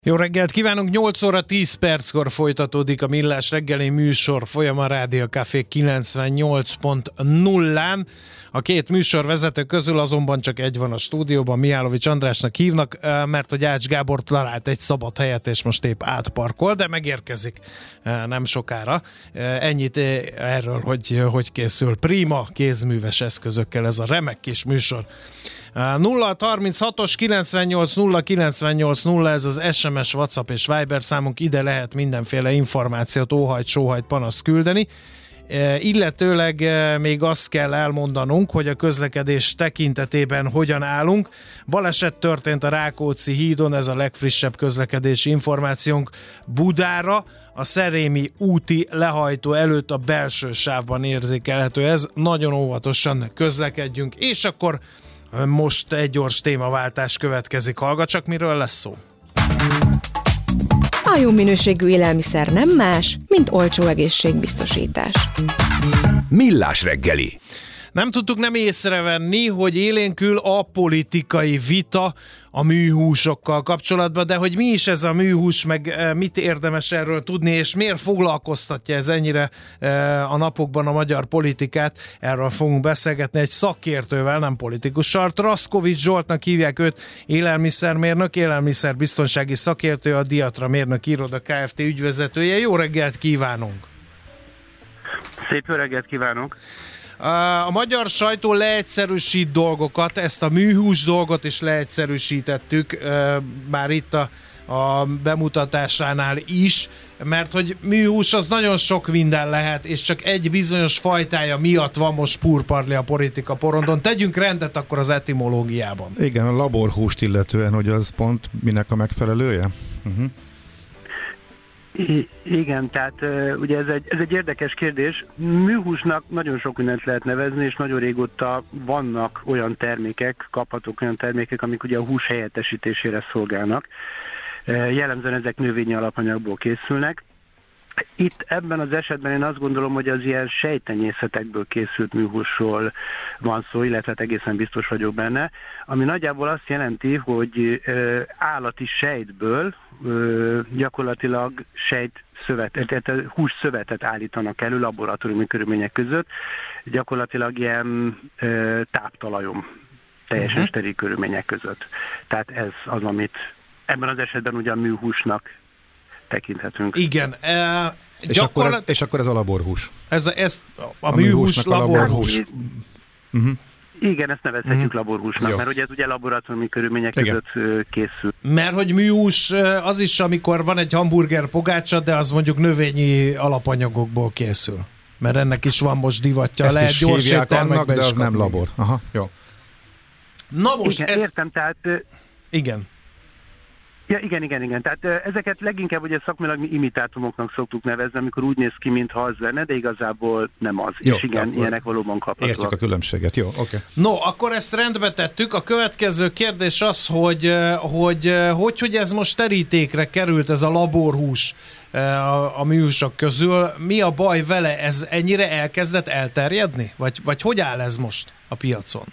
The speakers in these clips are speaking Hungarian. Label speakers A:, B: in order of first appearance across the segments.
A: Jó reggelt kívánunk, 8 óra 10 perckor folytatódik a Millás reggeli műsor folyama Rádió Café 98.0-án. A két műsorvezető közül azonban csak egy van a stúdióban, Mihálovics Andrásnak hívnak, mert hogy Ács Gábor talált egy szabad helyet, és most épp átparkol, de megérkezik nem sokára. Ennyit erről, hogy készül prima kézműves eszközökkel ez a remek kis műsor. 0-36-os 98-0-98-0, ez az SMS, WhatsApp és Viber számunk, ide lehet mindenféle információt, óhajt, sóhajt, panaszt küldeni. Illetőleg még azt kell elmondanunk, hogy a közlekedés tekintetében hogyan állunk. Baleset történt a Rákóczi hídon, ez a legfrissebb közlekedési információnk. Budára, a Szerémi úti lehajtó előtt a belső sávban érzékelhető ez. Nagyon óvatosan közlekedjünk, és akkor most egy gyors témaváltás következik. Hallgatsak, miről lesz szó?
B: A jó minőségű élelmiszer nem más, mint olcsó egészségbiztosítás.
C: Millás reggeli.
A: Nem tudtuk nem észrevenni, hogy élénkül a politikai vita a műhúsokkal kapcsolatban, de hogy mi is ez a műhús, meg mit érdemes erről tudni, és miért foglalkoztatja ez ennyire a napokban a magyar politikát, erről fogunk beszélgetni egy szakértővel, nem politikussal. Traszkovics Zsoltnak hívják őt, élelmiszermérnök, élelmiszerbiztonsági szakértő, a Diatra Mérnök Iroda Kft. Ügyvezetője. Jó reggelt kívánunk!
D: Szép jó reggelt kívánok!
A: A magyar sajtó leegyszerűsít dolgokat, ezt a műhús dolgot is leegyszerűsítettük, már itt a bemutatásánál is, mert hogy műhús az nagyon sok minden lehet, és csak egy bizonyos fajtája miatt van most púrparli a politika porondon. Tegyünk rendet akkor az etimológiában.
E: Igen, a laborhúst illetően, hogy az pont minek a megfelelője?
D: Igen, tehát ugye ez egy érdekes kérdés. Műhúsnak nagyon sok mindent lehet nevezni, és nagyon régóta vannak olyan termékek, kaphatók olyan termékek, amik ugye a hús helyettesítésére szolgálnak. Jellemzően ezek növényi alapanyagból készülnek. Itt ebben az esetben én azt gondolom, hogy az ilyen sejtenyészetekből készült műhúsról van szó, illetve egészen biztos vagyok benne, ami nagyjából azt jelenti, hogy állati sejtből gyakorlatilag hússzövetet állítanak elő laboratóriumi körülmények között, gyakorlatilag ilyen táptalajon, teljesen steril körülmények között. Tehát ez az, amit ebben az esetben ugye a műhúsnak tekinthetünk.
A: Igen.
E: És akkor ez a laborhús.
A: Ez a műhús laborhús.
D: Igen, ezt nevezhetjük laborhúsnak, mert ugye ez ugye laboratóriumi körülmények között készül.
A: Mert hogy műhús az is, amikor van egy hamburger pogácsa, de az mondjuk növényi alapanyagokból készül. Mert ennek is van most divatja.
E: Ezt
A: lehet
E: is
A: gyors
E: hívják annak, de az nem
A: kapni.
E: labor. Aha, jó.
A: Na most
D: igen, értem, tehát...
A: Igen.
D: Ja, igen. Tehát ezeket leginkább ugye szakmailag mi imitátumoknak szoktuk nevezni, amikor úgy néz ki, mintha az lenne, de igazából nem az.
E: Jó,
D: és igen, ilyenek valóban kaphatóak.
E: Értjük a különbséget. Jó, oké.
A: No, akkor ezt rendbe tettük. A következő kérdés az, hogy ez most terítékre került, ez a laborhús a műhúsok közül. Mi a baj vele? Ez ennyire elkezdett elterjedni? Vagy hogy áll ez most a piacon?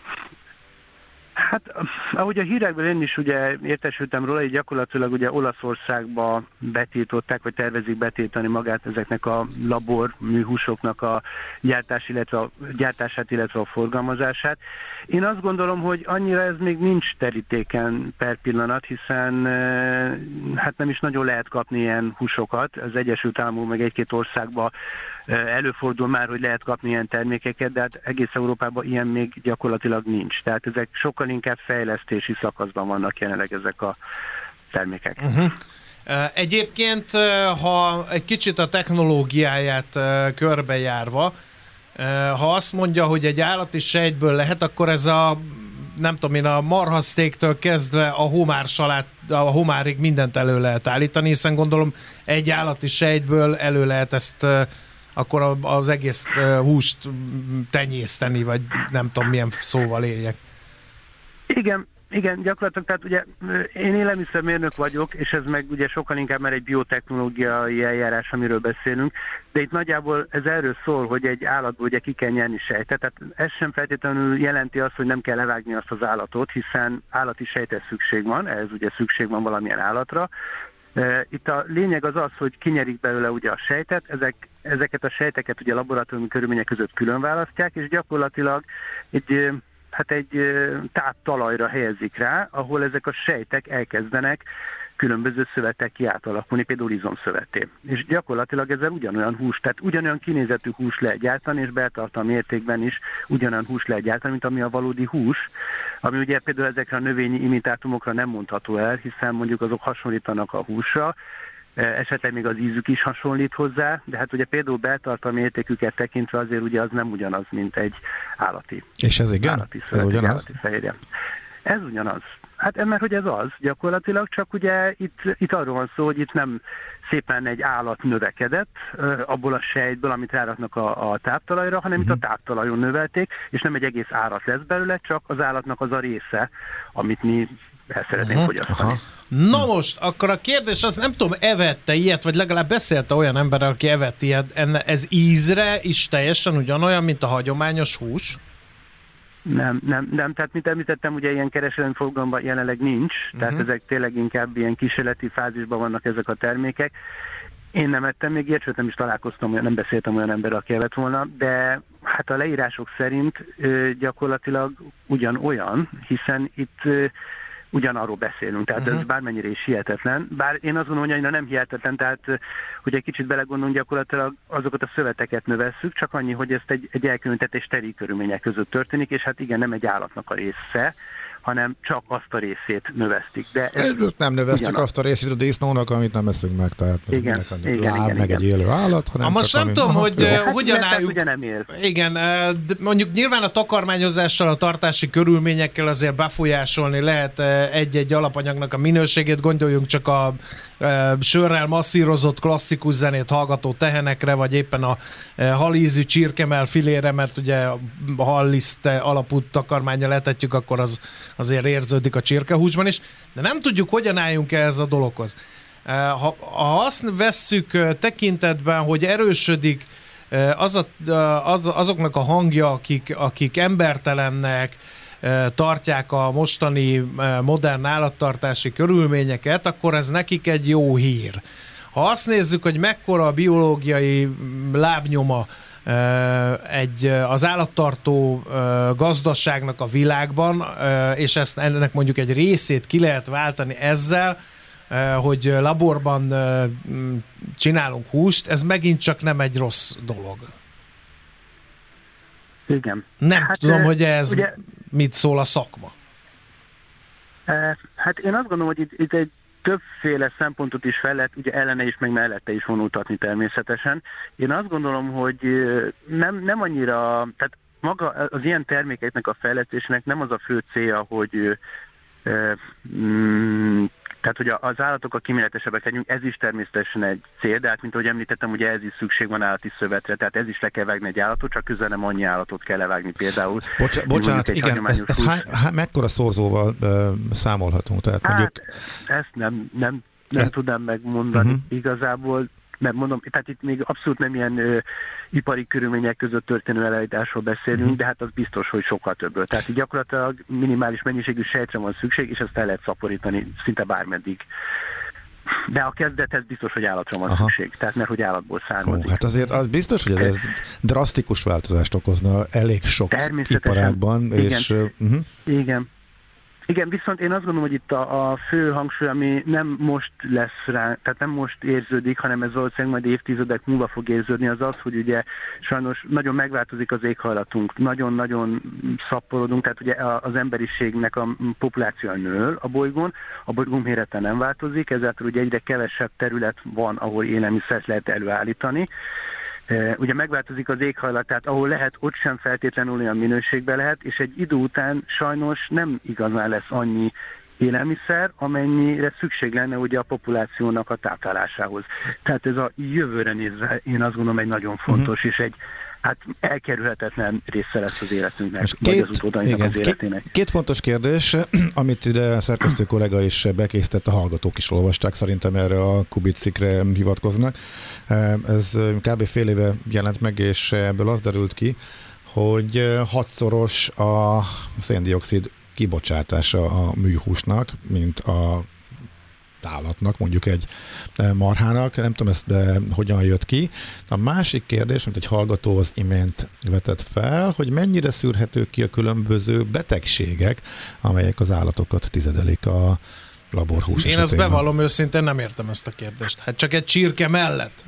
D: Hát, ahogy a hírekből én is ugye értesültem róla, hogy gyakorlatilag ugye Olaszországba betiltották, vagy tervezik betiltani magát ezeknek a labor műhúsoknak a gyártását, illetve a forgalmazását. Én azt gondolom, hogy annyira ez még nincs terítéken per pillanat, hiszen hát nem is nagyon lehet kapni ilyen húsokat. Az Egyesült Államok meg egy-két országban előfordul már, hogy lehet kapni ilyen termékeket, de hát egész Európában ilyen még gyakorlatilag nincs. Tehát ezek sokkal inkább fejlesztési szakaszban vannak jelenleg ezek a termékek.
A: Egyébként, ha egy kicsit a technológiáját körbejárva, ha azt mondja, hogy egy állati sejtből lehet, akkor ez a nem tudom én, a marhasztéktől kezdve a homársalát, a homárig mindent elő lehet állítani, hiszen gondolom egy állati sejtből elő lehet ezt akkor az egész húst tenyészteni, vagy nem tudom milyen szóval éljek.
D: Igen, Igen, gyakorlatilag, tehát ugye én élelmiszermérnök vagyok, és ez meg ugye sokkal inkább már egy biotechnológiai eljárás, amiről beszélünk, de itt nagyjából ez erről szól, hogy egy állatból ugye ki kell nyerni sejtet, tehát ez sem feltétlenül jelenti azt, hogy nem kell levágni azt az állatot, hiszen állati sejtre szükség van, ez ugye szükség van valamilyen állatra. Itt a lényeg az az, hogy kinyerik belőle ugye a sejtet, ezeket a sejteket ugye laboratóriumi körülmények között külön választják, és gyakorlatilag egy táptalajra helyezik rá, ahol ezek a sejtek elkezdenek különböző szövetek kiátalakulni, például izomszöveté. És gyakorlatilag ezzel ugyanolyan hús, tehát ugyanolyan kinézetű hús lehet gyártani, és beltartalmi értékben is ugyanolyan hús lehet gyártani, mint ami a valódi hús, ami ugye például ezekre a növényi imitátumokra nem mondható el, hiszen mondjuk azok hasonlítanak a húsra, esetleg még az ízük is hasonlít hozzá, de hát ugye például beltartalmi értéküket tekintve azért ugye az nem ugyanaz, mint egy állati.
E: És ez igen?
D: Állati szövet,
E: ez ugyanaz?
D: állati fehérje. Ez ugyanaz. Hát mert hogy ez az gyakorlatilag, csak ugye itt arról van szó, hogy itt nem szépen egy állat növekedett abból a sejtből, amit ráraknak a táptalajra, hanem itt a táptalajon növelték, és nem egy egész állat lesz belőle, csak az állatnak az a része, amit mi el szeretnénk fogyasztani.
A: Na most, akkor a kérdés az, nem tudom, evette ilyet, vagy legalább beszélte olyan ember, aki evett ilyet, ez ízre is teljesen ugyanolyan, mint a hagyományos hús?
D: Nem, tehát mint említettem, ugye ilyen kereskedelmi forgalomban jelenleg nincs, tehát ezek tényleg inkább ilyen kísérleti fázisban vannak ezek a termékek. Én nem ettem még ilyet, sőt nem is találkoztam, nem beszéltem olyan emberrel, aki evett volna, de hát a leírások szerint gyakorlatilag ugyanolyan, hiszen itt ugyanarról beszélünk, tehát ez bármennyire is hihetetlen, bár én azt gondolom, hogy annyira nem hihetetlen, tehát hogy egy kicsit belegondolunk, gyakorlatilag azokat a szöveteket növesszük, csak annyi, hogy ezt egy elkülönített és steril körülmények között történik, és hát igen, nem egy állatnak a része, hanem csak azt a részét növesztik. De
E: nem növesztjük azt a részét a disznónak, amit nem eszünk meg, tehát
D: igen,
E: egy élő állat, hanem
A: most nem tudom, hogy hogyan álljuk.
D: Ugye nem él.
A: Igen, mondjuk nyilván a takarmányozással, a tartási körülményekkel azért befolyásolni lehet egy-egy alapanyagnak a minőségét, gondoljunk csak a sörrel masszírozott klasszikus zenét hallgató tehenekre, vagy éppen a halízű csirkemell filére, mert ugye a halliszt alapú takarmánnyal letetjük, akkor az azért érződik a csirkehúsban is, de nem tudjuk, hogyan álljunk ehhez a dologhoz. Ha azt vesszük tekintetben, hogy erősödik azoknak a hangja, akik embertelennek tartják a mostani modern állattartási körülményeket, akkor ez nekik egy jó hír. Ha azt nézzük, hogy mekkora a biológiai lábnyoma az állattartó gazdaságnak a világban, és ennek mondjuk egy részét ki lehet váltani ezzel, hogy laborban csinálunk húst, ez megint csak nem egy rossz dolog.
D: Igen.
A: Nem tudom, hogy ez ugye, mit szól a szakma.
D: Hát én azt gondolom, hogy itt egy többféle szempontot is fel lehet, ugye ellene is, meg mellette is vonultatni természetesen. Én azt gondolom, hogy nem annyira, tehát maga az ilyen termékeknek a fejlesztésnek nem az a fő célja, hogy tehát, hogy az állatok a kíméletesebbek legyünk, ez is természetesen egy cél, de hát, mint ahogy említettem, ugye ez is szükség van állati szövetre, tehát ez is le kell vágni egy állatot, csak közel nem annyi állatot kell levágni például.
E: Bocsánat, igen, ezt mekkora szorzóval számolhatunk? Tehát mondjuk...
D: Ezt nem tudnám megmondani igazából. Nem mondom, tehát itt még abszolút nem ilyen ipari körülmények között történő elállításról beszélünk, de hát az biztos, hogy sokkal többről. Tehát így gyakorlatilag minimális mennyiségű sejtre van szükség, és ezt el lehet szaporítani szinte bármeddig. De a kezdethez biztos, hogy állatra van szükség, tehát mert hogy állatból származik.
E: Hát azért az biztos, hogy ez drasztikus változást okozna elég sok iparágban.
D: Igen.
E: És,
D: Igen, viszont én azt gondolom, hogy itt a fő hangsúly, ami nem most lesz rá, tehát nem most érződik, hanem ez valószínűleg majd évtizedek múlva fog érződni, az az, hogy ugye sajnos nagyon megváltozik az éghajlatunk, nagyon-nagyon szaporodunk, tehát ugye az emberiségnek a populációja nő a bolygón mérete nem változik, ezáltal ugye egyre kevesebb terület van, ahol élelmiszert lehet előállítani. Ugye megváltozik az éghajlat, tehát ahol lehet, ott sem feltétlenül olyan minőségben lehet, és egy idő után sajnos nem igazán lesz annyi élelmiszer, amennyire szükség lenne ugye a populációnak a táplálásához. Tehát ez a jövőre nézve, én azt gondolom, egy nagyon fontos és egy Hát elkerülhetetlen része lesz az életünknek, vagy az utódainknak az életének.
E: Két fontos kérdés, amit ide a szerkesztő kollega is bekészített, a hallgatók is olvasták, szerintem erre a Kubicikre hivatkoznak. Ez kb. Fél éve jelent meg, és ebből az derült ki, hogy 6-szoros a szén-dioxid kibocsátása a műhúsnak, mint a állatnak, mondjuk egy marhának. Nem tudom, ez hogyan jött ki. A másik kérdés, amit egy hallgató az imént vetett fel, hogy mennyire szűrhető ki a különböző betegségek, amelyek az állatokat tizedelik a laborhús
A: Én azt bevallom őszintén, nem értem ezt a kérdést. Hát csak egy csirke mellett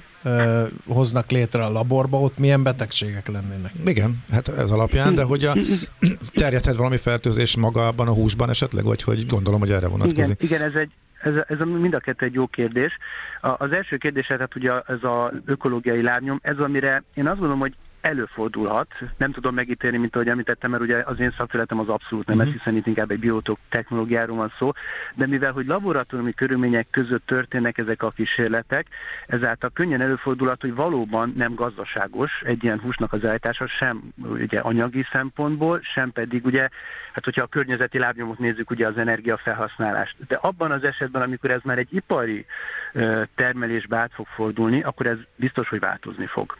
A: hoznak létre a laborba, ott milyen betegségek lennének.
E: Igen, hát ez alapján, de hogy terjedhet valami fertőzés magában a húsban esetleg, vagy hogy gondolom, hogy erre vonatkozik.
D: Igen, ez mind a kettő egy jó kérdés. Az első kérdés, tehát ugye ez az ökológiai lábnyom, ez amire én azt gondolom, hogy előfordulhat. Nem tudom megítélni, mint ahogy említettem, mert ugye az én szakterületem az abszolút nem, hiszen itt inkább egy biotechnológiáról van szó, de mivel, hogy laboratóriumi körülmények között történnek ezek a kísérletek, ezáltal könnyen előfordulhat, hogy valóban nem gazdaságos egy ilyen húsnak az állítása, sem ugye anyagi szempontból, sem pedig ugye, hát hogyha a környezeti lábnyomot nézzük, ugye az energiafelhasználást. De abban az esetben, amikor ez már egy ipari termelésbe át fog fordulni, akkor ez biztos, hogy változni fog.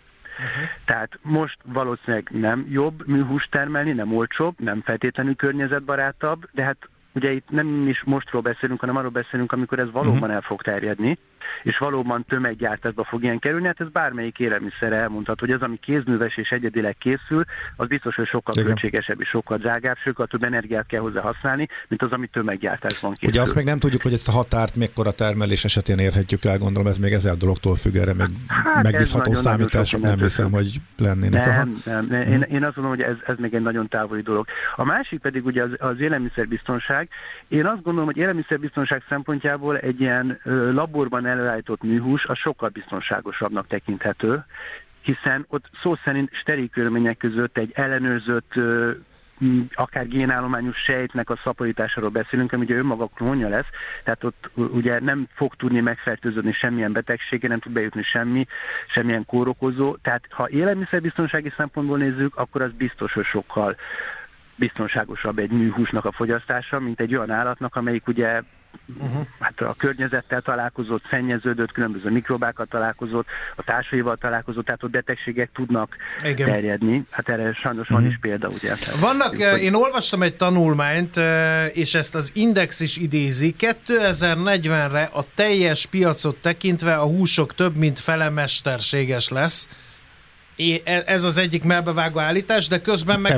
D: Tehát most valószínűleg nem jobb műhúst termelni, nem olcsóbb, nem feltétlenül környezetbarátabb, de hát ugye itt nem is mostról beszélünk, hanem arról beszélünk, amikor ez valóban el fog terjedni, és valóban tömeggyártásba fog ilyen kerülni. Hát ez bármelyik élelmiszerre elmondható, hogy az, ami kézműves és egyedileg készül, az biztos, hogy sokkal költségesebb és sokkal drágább, sokkal több energiát kell hozzá használni, mint az, ami tömeggyártásban készül.
E: Ugye azt még nem tudjuk, hogy ezt a határt mekkora termelés esetén érhetjük el, gondolom ez még 1000 dologtól függ, erre még megbízható számítások nem hiszem, hogy lennének.
D: Nem. Én azt gondolom, hogy ez még egy nagyon távoli dolog. A másik pedig ugye az élelmiszerbiztonság. Én azt gondolom, hogy élelmiszerbiztonság szempontjából egy ilyen laborban előállított műhús az sokkal biztonságosabbnak tekinthető, hiszen ott szó szerint steril körülmények között egy ellenőrzött akár génállományos sejtnek a szaporításáról beszélünk, ami ugye önmaga klónja lesz, tehát ott ugye nem fog tudni megfertőződni semmilyen betegsége, nem tud bejutni semmilyen kórokozó, tehát ha élelmiszerbiztonsági szempontból nézzük, akkor az biztos, hogy sokkal biztonságosabb egy műhúsnak a fogyasztása, mint egy olyan állatnak, amelyik ugye hát a környezettel találkozott, szennyeződött, különböző mikrobákkal találkozott, a társaival találkozott, tehát ott betegségek tudnak terjedni. Hát erre sajnos van is példa, ugye.
A: Vannak, én olvastam egy tanulmányt, és ezt az Index is idézi, 2040-re a teljes piacot tekintve a húsok több mint fele mesterséges lesz. Ez az egyik melbevágó állítás, de közben meg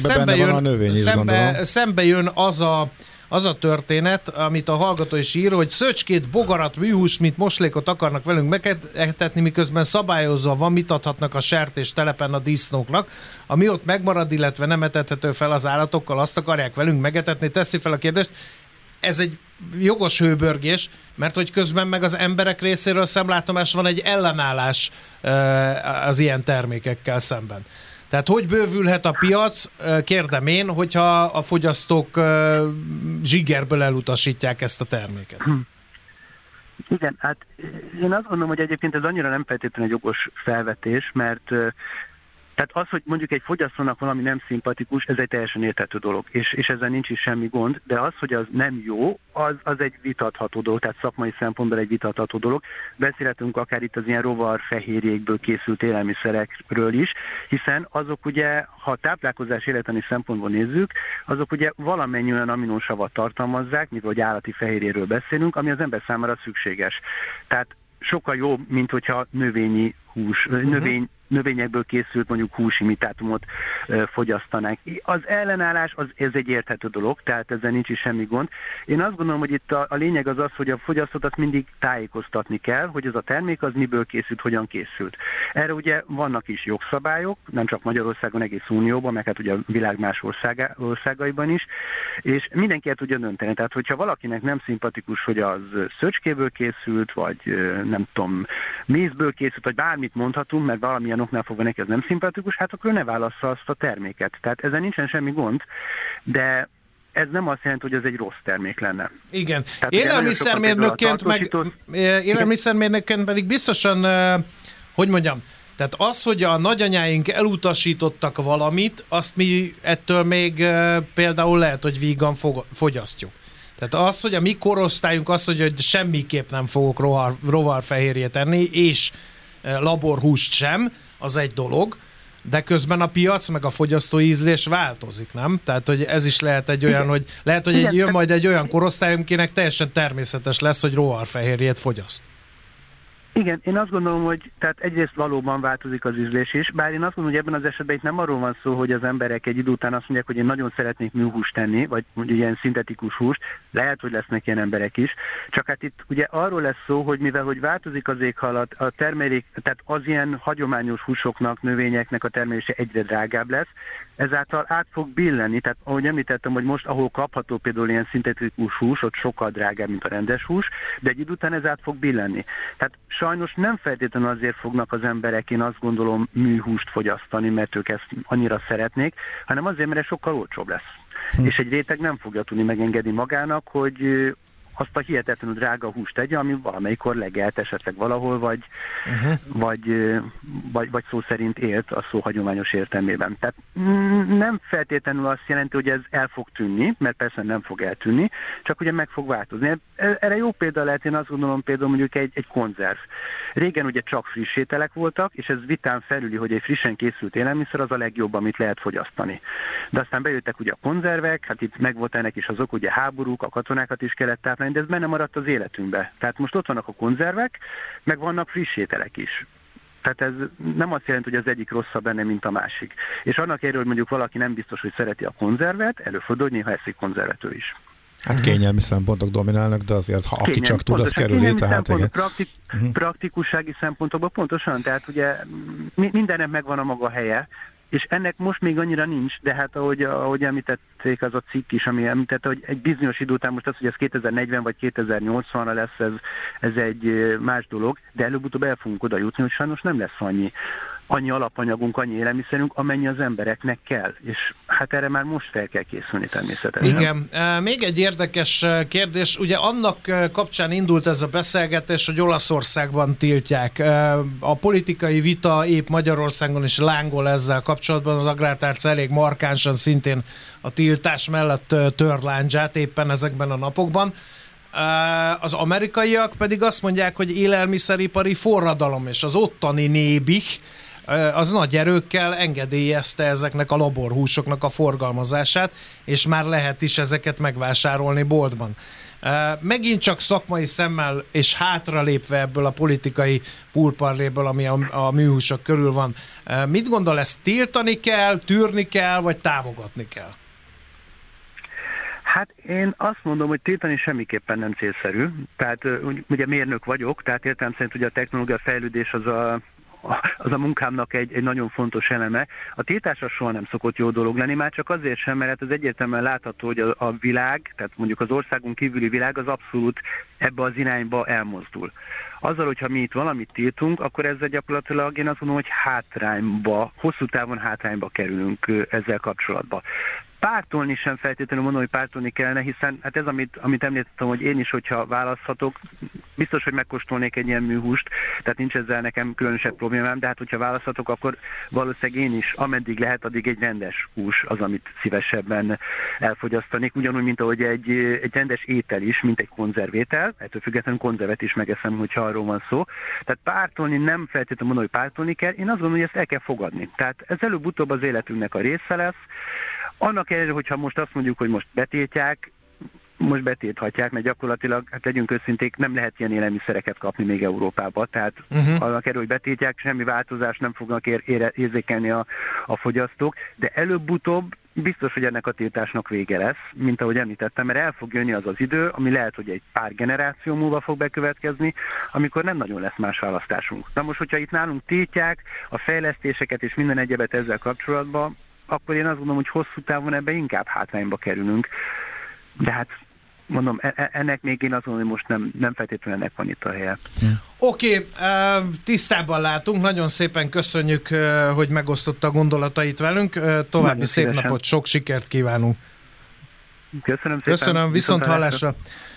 A: szembe jön az a történet, amit a hallgató is ír, hogy szöcskét, bogarat, műhúst, mint moslékot akarnak velünk megetetni, miközben szabályozva van, mit adhatnak a sertés telepen a disznóknak, ami ott megmarad, illetve nem etethető fel az állatokkal, azt akarják velünk megetetni. Teszi fel a kérdést. Ez egy jogos hőbörgés, mert hogy közben meg az emberek részéről szemlátomás van egy ellenállás az ilyen termékekkel szemben. Tehát hogy bővülhet a piac, kérdem én, hogyha a fogyasztók zsigerből elutasítják ezt a terméket?
D: Igen, hát én azt gondolom, hogy egyébként ez annyira nem feltétlenül egy jogos felvetés, mert tehát az, hogy mondjuk egy fogyasztónak valami nem szimpatikus, ez egy teljesen érthető dolog, és ezzel nincs is semmi gond, de az, hogy az nem jó, az egy vitatható dolog, tehát szakmai szempontból egy vitatható dolog. Beszélhetünk akár itt az ilyen rovarfehérjékből készült élelmiszerekről is, hiszen azok ugye, ha táplálkozás életeni szempontból nézzük, azok ugye valamennyi olyan aminósavat tartalmazzák, mivel hogy állati fehérjéről beszélünk, ami az ember számára szükséges. Tehát sokkal jobb, mint hogyha növényi hús, növényekből készült mondjuk húsimitátumot fogyasztanánk. Az ellenállás, ez egy érthető dolog, tehát ezzel nincs is semmi gond. Én azt gondolom, hogy itt a lényeg az, hogy a fogyasztót azt mindig tájékoztatni kell, hogy ez a termék az miből készült, hogyan készült. Erre ugye vannak is jogszabályok, nem csak Magyarországon, egész Unióban, meg hát ugye a világ más országaiban is, és mindenki el tudja dönteni. Tehát, hogyha valakinek nem szimpatikus, hogy az szöcskéből készült, vagy nem tudom, mézből készült, vagy bármit mondhatunk, mert valamilyen oknál fogva neki ez nem szimpatikus, hát akkor ő ne válassza azt a terméket. Tehát ezzel nincsen semmi gond, de ez nem azt jelenti, hogy ez egy rossz termék lenne.
A: Igen. Élelmiszermérnökként pedig biztosan, hogy mondjam, Tehát az, hogy a nagyanyáink elutasítottak valamit, azt mi ettől még például lehet, hogy vígan fogyasztjuk. Tehát az, hogy a mi korosztályunk azt mondja, hogy semmiképp nem fogok rovarfehérjét enni, és laborhúst sem, az egy dolog, de közben a piac meg a fogyasztói ízlés változik, nem? Tehát, hogy ez is lehet egy olyan, hogy lehet, hogy jön majd egy olyan korosztály, akinek teljesen természetes lesz, hogy rovarfehérjét fogyaszt.
D: Igen, én azt gondolom, hogy tehát egyrészt valóban változik az ízlés is, bár én azt gondolom, hogy ebben az esetben itt nem arról van szó, hogy az emberek egy idő után azt mondják, hogy én nagyon szeretnék műhúst tenni, vagy ilyen szintetikus húst, lehet, hogy lesznek ilyen emberek is, csak hát itt ugye arról lesz szó, hogy mivel hogy változik az éghajlat, a termelék, tehát az ilyen hagyományos húsoknak, növényeknek a termelése egyre drágább lesz, ezáltal át fog billenni, tehát ahogy említettem, hogy most ahol kapható például ilyen szintetikus hús, ott sokkal drágább, mint a rendes hús, de egy idő után ez át fog billenni. Tehát sajnos nem feltétlenül azért fognak az emberek, én azt gondolom, műhúst fogyasztani, mert ők ezt annyira szeretnék, hanem azért, mert ez sokkal olcsóbb lesz. És egy réteg nem fogja tudni megengedni magának, hogy azt a hihetetlenül drága húst tegye, ami valamelyikor legelt esetleg valahol, vagy szó szerint élt a szó hagyományos értelmében. Tehát nem feltétlenül azt jelenti, hogy ez el fog tűnni, mert persze nem fog eltűnni, csak ugye meg fog változni. Erre jó példa lehet, én azt gondolom például mondjuk egy konzerv. Régen ugye csak friss ételek voltak, és ez vitán felüli, hogy egy frissen készült élelmiszer az a legjobb, amit lehet fogyasztani. De aztán bejöttek ugye a konzervek, hát itt megvolt ennek is azok, ugye háborúk, a katonákat is kellett táplálni, de ez benne maradt az életünkbe. Tehát most ott vannak a konzervek, meg vannak friss ételek is. Tehát ez nem azt jelenti, hogy az egyik rosszabb benne, mint a másik. És annak erről, hogy mondjuk valaki nem biztos, hogy szereti a konzervet, előfordul, hogy néha eszik konzervet ő is.
E: Hát kényelmi szempontok dominálnak, de azért, ha aki csak tud, az kerüli, tehát igen.
D: Praktikussági szempontokban pontosan, tehát ugye mindennek megvan a maga helye, és ennek most még annyira nincs, de hát ahogy említették, az a cikk is, ami említette, hogy egy bizonyos idő után most az, hogy ez 2040 vagy 2080-ra lesz, ez egy más dolog, de előbb-utóbb el fogunk oda jutni, hogy sajnos nem lesz annyi alapanyagunk, annyi élelmiszerünk, amennyi az embereknek kell. És hát erre már most fel kell készülni természetesen.
A: Igen. Még egy érdekes kérdés. Ugye annak kapcsán indult ez a beszélgetés, hogy Olaszországban tiltják. A politikai vita épp Magyarországon is lángol ezzel kapcsolatban. Az Agrártárca elég markánsan szintén a tiltás mellett tör lándzsát éppen ezekben a napokban. Az amerikaiak pedig azt mondják, hogy élelmiszeripari forradalom, és az ottani Nébih az nagy erőkkel engedélyezte ezeknek a laborhúsoknak a forgalmazását, és már lehet is ezeket megvásárolni boltban. Megint csak szakmai szemmel és hátralépve ebből a politikai púrparléből, ami a műhúsok körül van. Mit gondol, ezt tiltani kell, tűrni kell, vagy támogatni kell?
D: Hát én azt mondom, hogy tiltani semmiképpen nem célszerű. Tehát ugye mérnök vagyok, tehát értelem szerint ugye a technológia fejlődés az a munkámnak egy nagyon fontos eleme. A tiltásra soha nem szokott jó dolog lenni, már csak azért sem, mert ez egyértelműen látható, hogy a világ, tehát mondjuk az országon kívüli világ az abszolút ebbe az irányba elmozdul. Azzal, hogyha mi itt valamit tiltunk, akkor ezzel gyakorlatilag én azt mondom, hogy hosszú távon hátrányba kerülünk ezzel kapcsolatban. Pártolni sem feltétlenül mondom, hogy pártolni kellene, hiszen hát ez, amit említettem, hogy én is, hogyha választhatok, biztos, hogy megkóstolnék egy ilyen műhúst, tehát nincs ezzel nekem különösebb problémám, de hát hogyha választhatok, akkor valószínűleg én is, ameddig lehet, addig egy rendes hús az, amit szívesebben elfogyasztanék, ugyanúgy, mint ahogy egy rendes étel is, mint egy konzervétel, ettől függetlenül konzervet is megeszem, hogyha arról van szó. Tehát pártolni nem feltétlenül mondom, hogy pártolni kell, én azt gondolom, hogy ezt el kell fogadni. Tehát ez előbb-utóbb az életünknek a része lesz. Annak ellenére, hogyha most azt mondjuk, hogy most betiltják, most betilthatják, mert gyakorlatilag, hát legyünk őszinték, nem lehet ilyen élelmiszereket kapni még Európában, tehát annak ellenére, hogy betiltják, semmi változást nem fognak érzékelni a fogyasztók, de előbb-utóbb biztos, hogy ennek a tiltásnak vége lesz, mint ahogy említettem, mert el fog jönni az az idő, ami lehet, hogy egy pár generáció múlva fog bekövetkezni, amikor nem nagyon lesz más választásunk. Na most, hogyha itt nálunk tiltják a fejlesztéseket és minden egyebet ezzel kapcsolatban, akkor én azt gondolom, hogy hosszú távon ebbe inkább hátrányba kerülünk. De hát mondom, ennek még én azt mondom, hogy most nem feltétlenül ennek van itt a helye.
A: Oké, tisztában látunk, nagyon szépen köszönjük, hogy megosztotta a gondolatait velünk. További nagyon szép szívesen. Napot, sok sikert kívánunk.
D: Köszönöm szépen.
A: Köszönöm, viszont hallásra.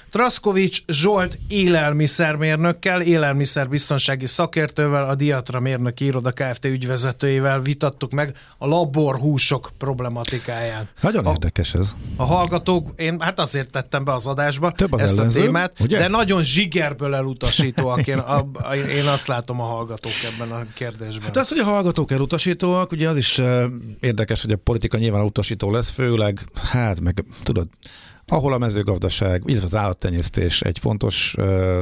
A: Traszkovics Zsolt élelmiszermérnökkel, élelmiszerbiztonsági szakértővel, a Diatra Mérnöki Iroda Kft. Ügyvezetőjével vitattuk meg a laborhúsok problematikáját.
E: Nagyon érdekes ez.
A: A hallgatók, én hát azért tettem be az adásba ezt
E: ellenző,
A: a témát,
E: ugye?
A: de nagyon zsigerből elutasítóak. Én azt látom a hallgatók ebben a kérdésben.
E: Hát az, hogy a hallgatók elutasítóak, ugye az is érdekes, hogy a politika nyilván utasító lesz, főleg, hát meg tudod, ahol a mezőgazdaság, illetve az állattenyésztés egy fontos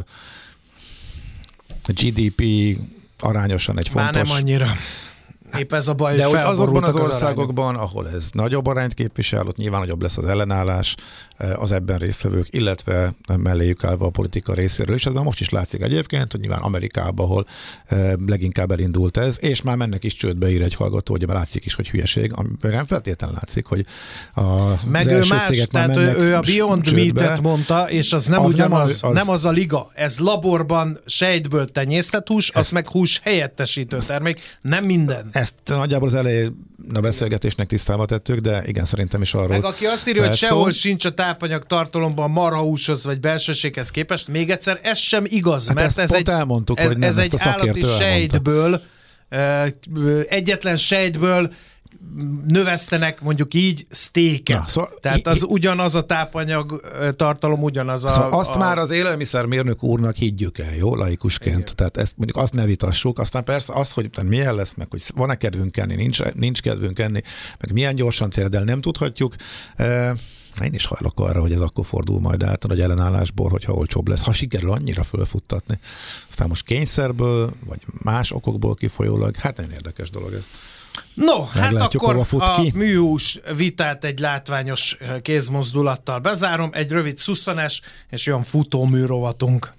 E: GDP arányosan egy fontos...
A: Már nem annyira. Épp ez a baj,
E: de
A: hogy
E: azokban az
A: arányok.
E: országokban, ahol ez nagyobb arányt képvisel, ott nyilván nagyobb lesz az ellenállás az ebben résztvevők, illetve melléjük állva a politika részéről, és ez már most is látszik egyébként, hogy nyilván Amerikában, ahol leginkább elindult ez, és már mennek is csődbe ír egy hallgató, hogy látszik is, hogy hülyeség, nem feltétlenül látszik, hogy
A: meg ő más, tehát ő a Beyond Meat-et mondta, és az nem ugyanaz, nem az a liga, ez laborban sejtből tenyésztett hús, az meg hús helyettesítő termék, nem minden.
E: Ezt nagyjából az elején a beszélgetésnek tisztába tettük, de igen, szerintem is arról.
A: Meg aki azt írja, hogy sehol sincs a tápanyag tartalomban marhahúshoz vagy belsőséghez képest, még egyszer ez sem igaz,
E: hát
A: mert ez egy,
E: elmondtuk, hogy nem,
A: ez egy állati sejtből, egyetlen sejtből növesztenek mondjuk így sztéket. Szóval tehát az ugyanaz a tápanyag tartalom, ugyanaz a...
E: Szóval azt már az élelmiszermérnök úrnak higgyük el, jó, laikusként. Igen. Tehát ezt mondjuk azt ne vitassuk, aztán persze az, hogy milyen lesz, meg hogy van-e kedvünk enni, nincs kedvünk enni, meg milyen gyorsan téred el, nem tudhatjuk. Én is hajlok arra, hogy ez akkor fordul majd át a nagy ellenállásból, hogyha olcsóbb lesz. Ha sikerül annyira fölfuttatni. Aztán most kényszerből, vagy más okokból kifolyólag, hát nagyon érdekes dolog ez.
A: No, hát akkor a
E: ki.
A: műhús vitát egy látványos kézmozdulattal bezárom, egy rövid szusszanás, és jön futómű rovatunk.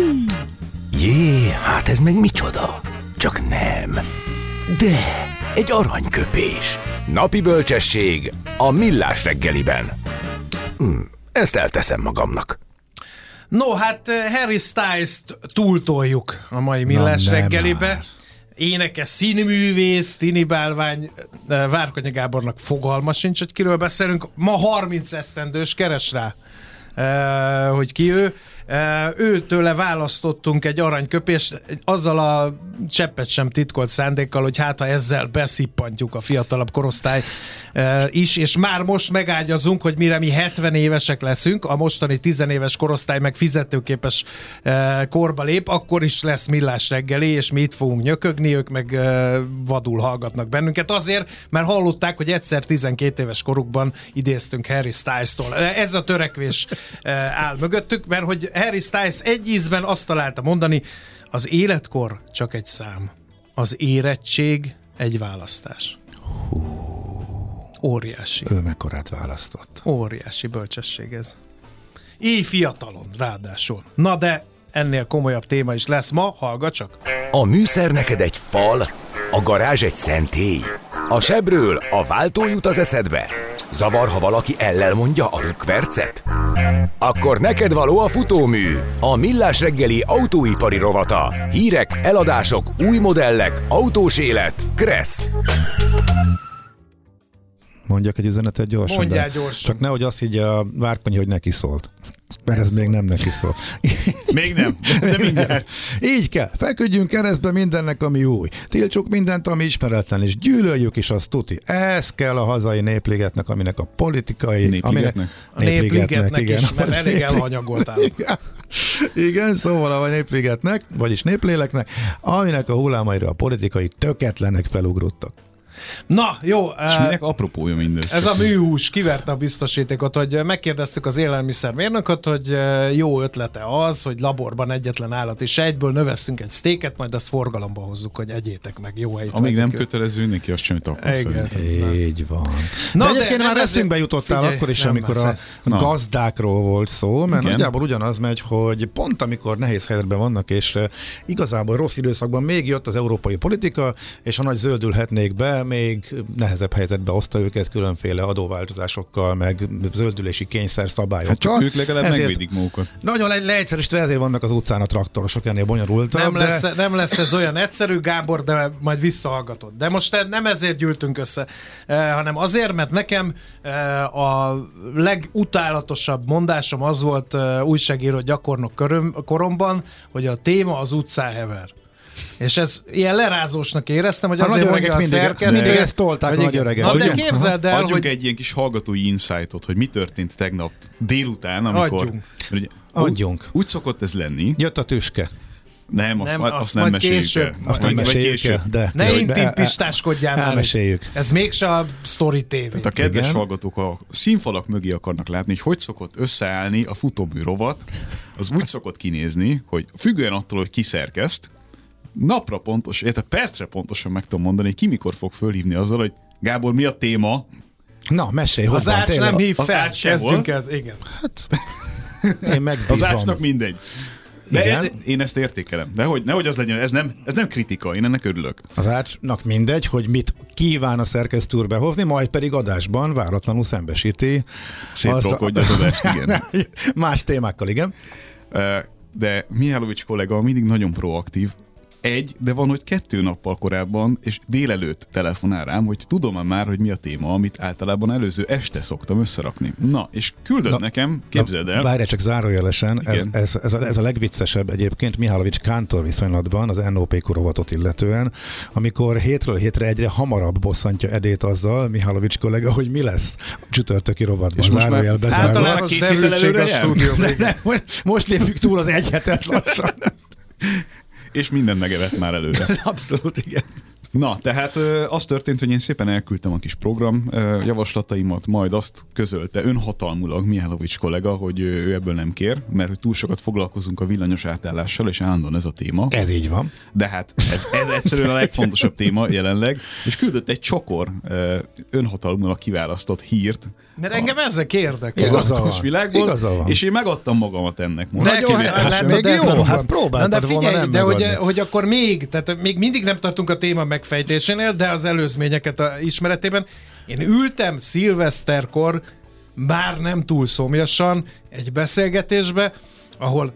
C: Jé, hát ez meg micsoda? Csak nem. De egy aranyköpés. Napi bölcsesség a Millás reggeliben. Ezt elteszem magamnak.
A: No, hát Harry Styles-t túltoljuk a mai Millás reggelibe. Már. Énekes, színművész, Tini Bálvány, Várkonyi Gábornak fogalma sincs, hogy kiről beszélünk. Ma 30 esztendős, keres rá, hogy ki ő. Őtőle választottunk egy aranyköpést, azzal a cseppet sem titkolt szándékkal, hogy hát ha ezzel beszippantjuk a fiatalabb korosztály is, és már most megágyazunk, hogy mire mi 70 évesek leszünk, a mostani 10 éves korosztály meg fizetőképes korba lép, akkor is lesz Millás reggeli, és mi itt fogunk nyökögni, ők meg vadul hallgatnak bennünket. Azért, mert hallották, hogy egyszer 12 éves korukban idéztünk Harry Styles-tól. Ez a törekvés áll mögöttük, mert hogy Harry Styles egy ízben azt találta mondani, az életkor csak egy szám, az érettség egy választás. Óriási.
E: Ő mekkorát választott.
A: Óriási bölcsesség ez. Így fiatalon, ráadásul. Na de ennél komolyabb téma is lesz ma, hallgat csak.
C: A műszer neked egy fal, a garázs egy szentély. A sebről a váltó jut az eszedbe. Zavar, ha valaki ellel mondja a rükvercet? Akkor neked való a futómű, a Millás reggeli autóipari rovata. Hírek, eladások, új modellek, autós élet, Kressz.
E: Mondjak egy üzenetet gyorsan.
A: Mondjál gyorsan.
E: Csak nehogy azt higgye a Várkonyi, hogy neki szólt. Mert ez még nem neki szól.
F: Még nem, de mindjárt.
E: Így kell. Feküdjünk keresztbe mindennek, ami új. Tiltsuk mindent, ami ismeretlen, és gyűlöljük is, azt tuti. Ez kell a hazai népligetnek, aminek a politikai...
F: Népligetnek?
A: A népligetnek igen. Is, mert elég elhanyagoltál.
E: Igen, szóval a népligetnek, vagyis népléleknek, aminek a hullámaira a politikai töketlenek felugrottak.
A: Na, jó.
F: És minek apropója mindez?
A: Ez a műhús kiverte a biztosítékot, hogy megkérdeztük az élelmiszermérnököt, hogy jó ötlete az, hogy laborban egyetlen állati sejtből növesztünk egy sztéket, majd azt forgalomba hozzuk, hogy egyétek meg, jó helyet.
F: Amíg nem kötelező, neki azt sem akar.
E: Így van. De egyébként már eszünkbe jutottál akkor is, amikor a gazdákról volt szó, mert nagyjából ugyanaz megy, hogy pont amikor nehéz helyzetben vannak, és igazából rossz időszakban még jött az európai politika, és ha nagy zöldülhetnék be, még nehezebb helyzetbe hozta őket különféle adóváltozásokkal, meg zöldülési kényszer szabályokkal.
F: Hát csak ők legalább megvédik magukat.
E: Nagyon leegyszerűsítve, ezért vannak az utcán a traktorosok, ennél bonyolultabb.
A: Nem lesz ez olyan egyszerű, Gábor, de majd visszahallgatod. De most nem ezért gyűltünk össze, hanem azért, mert nekem a legutálatosabb mondásom az volt újságíró gyakornok koromban, hogy a téma az utcán hever. És ez ilyen lerázósnak éreztem, hogy azért mondja a szerkesztő.
E: Mindig ezt tolták a nagy öreget.
A: Na de képzeld el,
F: adjunk
A: hogy...
F: egy ilyen kis hallgatói insightot, hogy mi történt tegnap délután, amikor...
E: Adjunk.
F: Úgy szokott ez lenni.
E: Jött a tüske.
F: Nem, azt nem meséljük el.
E: Azt nem meséljük el, de...
A: Ne intim pistáskodjál már.
E: Elmeséljük.
A: Ez mégse a Story TV.
F: Tehát a kedves hallgatók a színfalak mögé akarnak látni, hogy szokott összeállni a futómű rovat, az úgy szokott kinézni, hogy függően attól, hogy ki szerkeszt, napra pontos, illetve percre pontosan meg tudom mondani, hogy ki mikor fog fölhívni azzal, hogy Gábor, mi a téma?
E: Na, mesélj hozzá.
A: Az Ács nem hív fel,
F: kezdjünk
A: ez, igen.
E: Hát, én megbízom.
F: Az Ácsnak mindegy. De én ezt értékelem. Nehogy az legyen, ez nem kritika, én ennek örülök.
E: Az Ácsnak mindegy, hogy mit kíván a szerkesztő úr behozni, majd pedig adásban váratlanul szembesíti.
F: Szétrolkodja az adást, igen.
E: Más témákkal, igen.
F: De Mihálovics kollega mindig nagyon proaktív. De van, hogy 2 nappal korábban, és délelőtt telefonál rám, hogy tudom már, hogy mi a téma, amit általában előző este szoktam összerakni. Na, és küldött nekem, képzeld el.
E: Várj csak zárójelesen, ez a legviccesebb egyébként Mihálovics Kántor viszonylatban, az NOP rovatot illetően, amikor hétről hétre egyre hamarabb bosszantja Edét azzal, Mihálovics kollega, hogy mi lesz a csütörtöki rovatban.
F: És most már
A: általános derültség a stúdióban.
E: Most lépjük túl az egy hetet lassan.
F: És mindent megevett már előre.
E: Abszolút, igen.
F: Na, tehát az történt, hogy én szépen elküldtem a kis program javaslataimat, majd azt közölte önhatalmulag Mihálovics kollega, hogy ő ebből nem kér, mert hogy túl sokat foglalkozunk a villanyos átállással, és állandóan ez a téma.
E: Ez így van.
F: De hát ez egyszerűen a legfontosabb téma jelenleg, és küldött egy csokor önhatalmulag kiválasztott hírt.
A: Mert engem ezek érdekel.
F: Igaza világból, és én megadtam magamat ennek most.
E: Még jó, hát próbáltad volna nem
A: megadni. De hogy akkor tehát még mindig nem tartunk a téma megfejtésénél, de az előzményeket ismeretében. Én ültem szilveszterkor, bár nem túl szomjasan, egy beszélgetésbe, ahol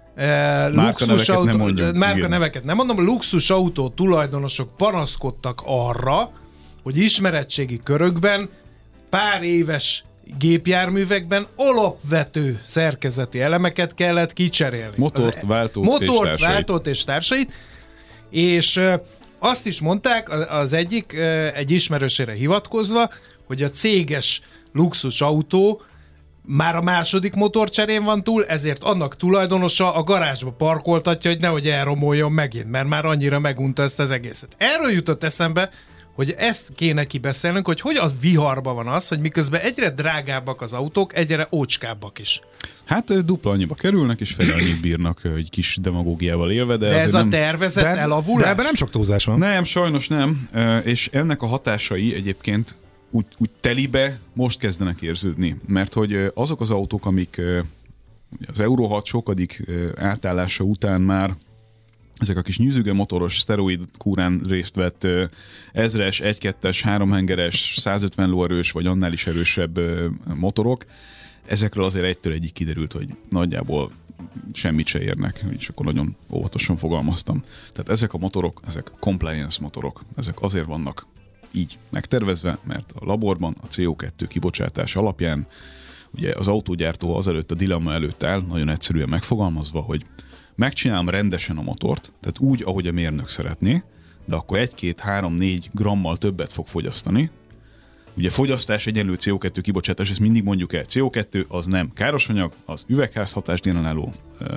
A: márkaneveket nem mondom, luxusautó tulajdonosok panaszkodtak arra, hogy ismeretségi körökben pár éves gépjárművekben alapvető szerkezeti elemeket kellett kicserélni.
F: Motort, váltót és társait. És azt is mondták az egyik, egy ismerősére hivatkozva, hogy a céges luxusautó már a második motorcserén van túl, ezért annak tulajdonosa a garázsba parkoltatja, hogy nehogy elromoljon megint, mert már annyira megunta ezt az egészet. Erről jutott eszembe, hogy ezt kéne kibeszélnünk, hogy a viharban van az, hogy miközben egyre drágábbak az autók, egyre ócskábbak is. Hát dupla annyiba kerülnek, és fele annyit bírnak egy kis demagógiával élve. De
A: ez a tervezett elavulás?
E: De ebben nem sok túlzás van.
F: Nem, sajnos nem. És ennek a hatásai egyébként úgy telibe most kezdenek érződni. Mert hogy azok az autók, amik az Euro 6 sokadik átállása után már ezek a kis nyüzüge motoros szteroid kúrán részt vett 1000-es, 1-2-es, 3-hengeres, 150 lóerős vagy annál is erősebb motorok, ezekről azért egytől egyik kiderült, hogy nagyjából semmit se érnek, és akkor nagyon óvatosan fogalmaztam. Tehát ezek a motorok, ezek compliance motorok, ezek azért vannak így megtervezve, mert a laborban a CO2 kibocsátás alapján ugye az autógyártó azelőtt a dilemma előtt áll, nagyon egyszerűen megfogalmazva, hogy megcsinálom rendesen a motort, tehát úgy, ahogy a mérnök szeretné, de akkor 1-2-3-4 grammal többet fog fogyasztani. Ugye fogyasztás egyenlő CO2 kibocsátás, ezt mindig mondjuk el. CO2 az nem károsanyag, az üvegházhatást generáló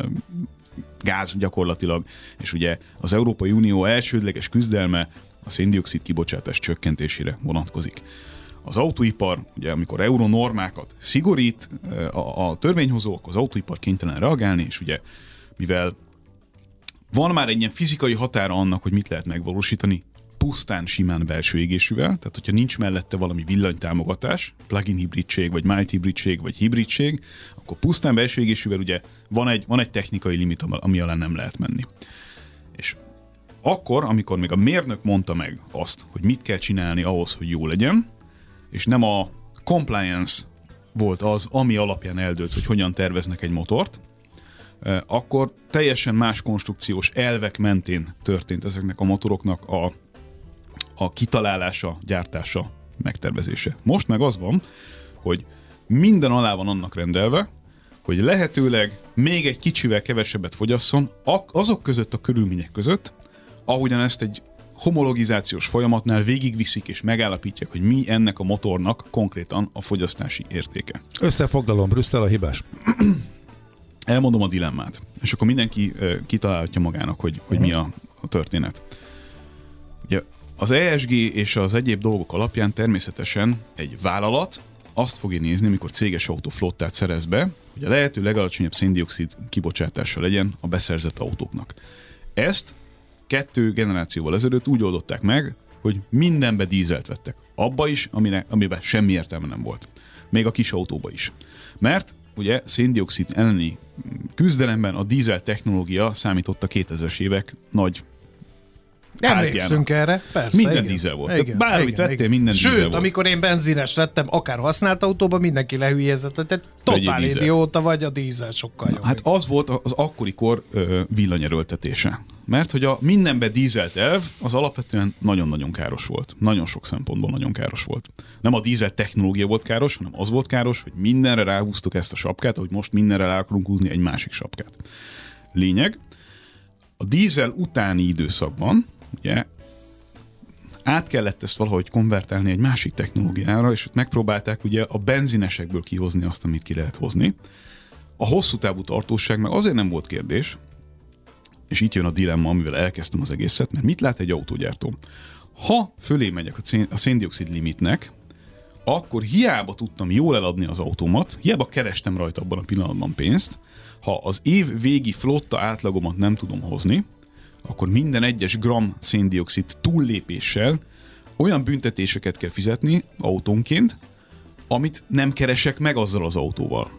F: gáz gyakorlatilag, és ugye az Európai Unió elsődleges küzdelme a széndioxid kibocsátás csökkentésére vonatkozik. Az autóipar, ugye amikor euronormákat szigorít a törvényhozó, akkor az autóipar kénytelen reagálni, és ugye mivel van már egy ilyen fizikai határa annak, hogy mit lehet megvalósítani, pusztán simán belső égésűvel, tehát hogyha nincs mellette valami villanytámogatás, plug-in hibridség, vagy mild hibridség, vagy hibridség, akkor pusztán belső égésűvel ugye van egy technikai limit, ami alá nem lehet menni. És akkor, amikor még a mérnök mondta meg azt, hogy mit kell csinálni ahhoz, hogy jó legyen, és nem a compliance volt az, ami alapján eldőlt, hogy hogyan terveznek egy motort, akkor teljesen más konstrukciós elvek mentén történt ezeknek a motoroknak a kitalálása, gyártása, megtervezése. Most meg az van, hogy minden alá van annak rendelve, hogy lehetőleg még egy kicsivel kevesebbet fogyasszon azok között a körülmények között, ahogyan ezt egy homologizációs folyamatnál végigviszik és megállapítják, hogy mi ennek a motornak konkrétan a fogyasztási értéke.
E: Összefoglalom, Brüsszel a hibás.
F: Elmondom a dilemmát, és akkor mindenki kitalálhatja magának, hogy mi a történet. Ugye, az ESG és az egyéb dolgok alapján természetesen egy vállalat azt fogja nézni, amikor céges autóflottát szerez be, hogy a lehető legalacsonyabb széndioxid kibocsátása legyen a beszerzett autóknak. Ezt 2 generációval ezelőtt úgy oldották meg, hogy mindenbe dízelt vettek. Abba is, amiben semmi értelme nem volt. Még a kis autóba is. Mert ugye széndioxid elleni küzdelemben a dízel technológia számított a 2000-es évek nagy
A: emlékszünk erre, persze.
F: Minden
A: igen.
F: dízel volt.
A: Igen,
F: Tehát bármit vettél,
A: igen.
F: minden dízel volt.
A: Sőt, amikor én benzines lettem, akár használt autóban, mindenki lehülyezett, hogy te totál
F: dízelt.
A: idióta vagy, a dízel sokkal jobb.
F: Hát az volt az akkori kor villanyerőltetése. Mert hogy a mindenbe dízelt elv az alapvetően nagyon-nagyon káros volt. Nagyon sok szempontból nagyon káros volt. Nem a dízel technológia volt káros, hanem az volt káros, hogy mindenre ráhúztuk ezt a sapkát, ahogy most mindenre rá akarunk húzni egy másik sapkát. Lényeg, a dízel utáni időszakban ugye át kellett ezt valahogy konvertálni egy másik technológiára, és megpróbálták ugye a benzinesekből kihozni azt, amit ki lehet hozni. A hosszú távú tartóság meg azért nem volt kérdés, és itt jön a dilemma, amivel elkezdtem az egészet, mert mit lát egy autógyártó? Ha fölé megyek a széndioxid limitnek, akkor hiába tudtam jól eladni az autómat, hiába kerestem rajta abban a pillanatban pénzt, ha az év végi flotta átlagomat nem tudom hozni, akkor minden egyes gram széndioxid túllépéssel olyan büntetéseket kell fizetni autónként, amit nem keresek meg azzal az autóval.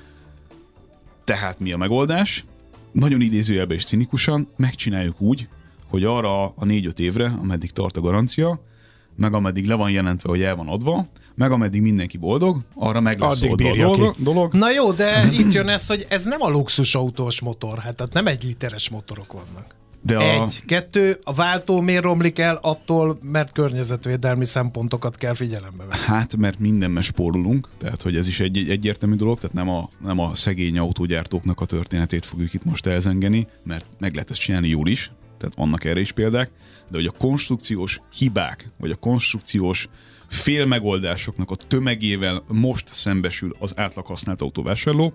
F: Tehát mi a megoldás? Nagyon idézőjelben és cinikusan megcsináljuk úgy, hogy arra a 4-5 évre, ameddig tart a garancia, meg ameddig le van jelentve, hogy el van adva, meg ameddig mindenki boldog, arra meg lesz oldva a dolog.
A: Na jó, de itt jön ez, hogy ez nem a luxusautós motor, hát tehát nem 1 literes motorok vannak.
F: De
A: 2, a váltó miért romlik el attól, mert környezetvédelmi szempontokat kell figyelembe venni.
F: Hát, mert mindenben spórolunk, tehát hogy ez is egy egyértelmű dolog, tehát nem a szegény autógyártóknak a történetét fogjuk itt most elzengeni, mert meg lehet ezt csinálni jól is, tehát vannak erre is példák, de hogy a konstrukciós hibák, vagy a konstrukciós félmegoldásoknak a tömegével most szembesül az átlag használt autóvásárló,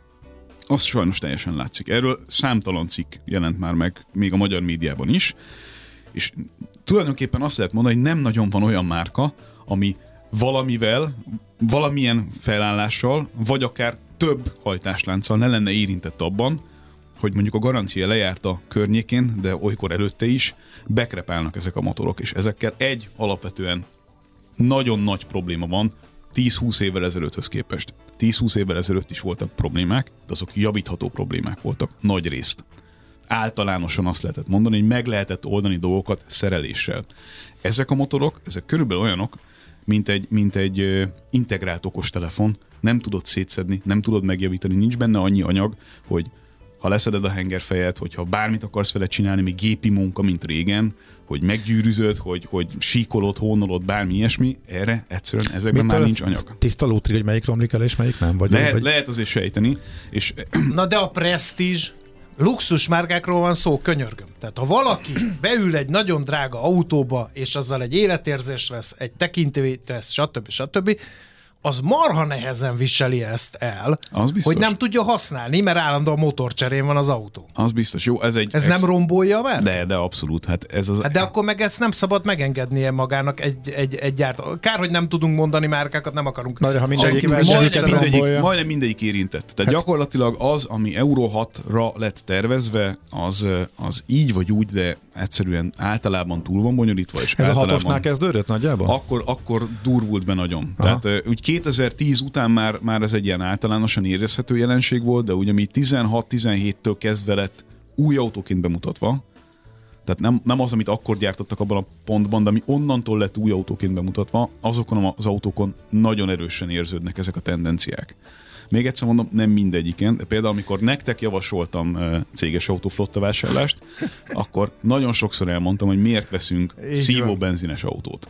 F: az sajnos teljesen látszik. Erről számtalan cikk jelent már meg, még a magyar médiában is, és tulajdonképpen azt lehet mondani, hogy nem nagyon van olyan márka, ami valamivel, valamilyen felállással, vagy akár több hajtáslánccal ne lenne érintett abban, hogy mondjuk a garancia lejárt a környékén, de olykor előtte is bekrepálnak ezek a motorok, és ezekkel egy alapvetően nagyon nagy probléma van 10-20 évvel ezelőtthöz képest. 10-20 évvel ezelőtt is voltak problémák, de azok javítható problémák voltak, nagy részt. Általánosan azt lehetett mondani, hogy meg lehetett oldani dolgokat szereléssel. Ezek a motorok, ezek körülbelül olyanok, mint egy integrált okostelefon, nem tudod szétszedni, nem tudod megjavítani, nincs benne annyi anyag, hogy ha leszeded a hengerfejet, hogyha bármit akarsz vele csinálni, még gépi munka, mint régen, hogy meggyűrűzöd, hogy síkolod, hónolod, bármi ilyesmi, erre egyszerűen ezekben már nincs anyag.
E: Tiszta lótri, hogy melyik romlik el és melyik nem? Vagy
F: lehet azért sejteni. És...
A: Na de a Prestige, luxus márkákról van szó, könyörgöm. Tehát ha valaki beül egy nagyon drága autóba, és azzal egy életérzést vesz, egy tekintélyt vesz, stb., az marha nehezen viseli ezt el, hogy nem tudja használni, mert állandóan motorcserén van az autó.
F: Az biztos. Jó, ez
A: nem rombolja már?
F: De abszolút. Hát
A: de akkor meg ezt nem szabad megengednie magának egy gyártó. Kár, hogy nem tudunk mondani márkákat, nem akarunk.
E: Na, de ha
F: majdnem mindegyik érintett. Tehát gyakorlatilag az, ami Euro 6-ra lett tervezve, az így vagy úgy, de egyszerűen általában túl van bonyolítva. És
E: ez a 6-osnál kezdődött nagyjából?
F: Akkor durvult be nagyon. Aha. Tehát úgy 2010 után már ez egy ilyen általánosan érezhető jelenség volt, de ugye mi 16-17-től kezdve lett új autóként bemutatva, Tehát nem az, amit akkor gyártottak abban a pontban, de ami onnantól lett új autóként bemutatva, azokon az autókon nagyon erősen érződnek ezek a tendenciák. Még egyszer mondom, nem mindegyiken, de például amikor nektek javasoltam céges autóflotta vásárlást, akkor nagyon sokszor elmondtam, hogy miért veszünk szívó benzines autót.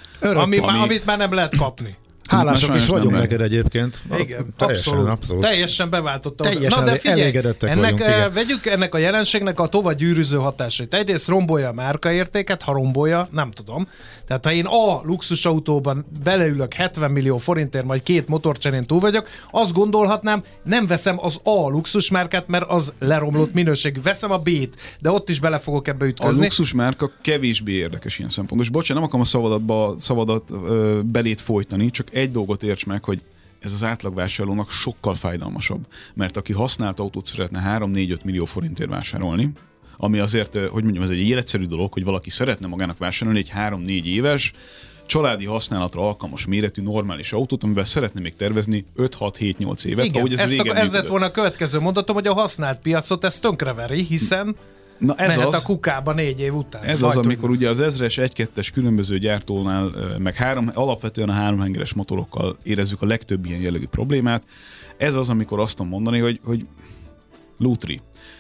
A: Amit már nem lehet kapni.
E: Hálások is vagyunk neked egyébként.
A: Igen, abszolút. Teljesen beváltotta.
E: Teljesen elégedettek vagyunk.
A: Vegyük ennek a jelenségnek a tovagyűrűző hatásait. Egyrészt rombolja a márkaértéket, ha rombolja, nem tudom. Tehát ha én a luxusautóban beleülök 70 millió forintért, majd 2 motorcserén túl vagyok, azt gondolhatnám, nem veszem az A luxusmárkát, mert az leromlott minőségű. Veszem a B-t, de ott is bele fogok ebbe ütközni.
F: A luxusmárka kevésbé érdekes ilyen szempontból. És bocsánat, nem akarom a szavadat belét folytani, csak egy dolgot érts meg, hogy ez az átlagvásárlónak sokkal fájdalmasabb. Mert aki használt autót szeretne 3-4-5 millió forintért vásárolni, ami azért, hogy mondjam, ez egy életszerű dolog, hogy valaki szeretne magának vásárolni egy 3-4 éves, családi használatra alkalmas méretű, normális autót, amivel szeretne még tervezni 5-6-7-8 évet.
A: Igen, ez lett volna a következő mondatom, hogy a használt piacot ez tönkreveri, hiszen mehet a kukába 4 év után.
F: Ez az, amikor ugye az 1000-es, 1-2-es különböző gyártónál, meg alapvetően a 3 hengeres motorokkal érezzük a legtöbb ilyen jellegű problémát. Ez az, amikor azt tudom mondani, hogy lútri.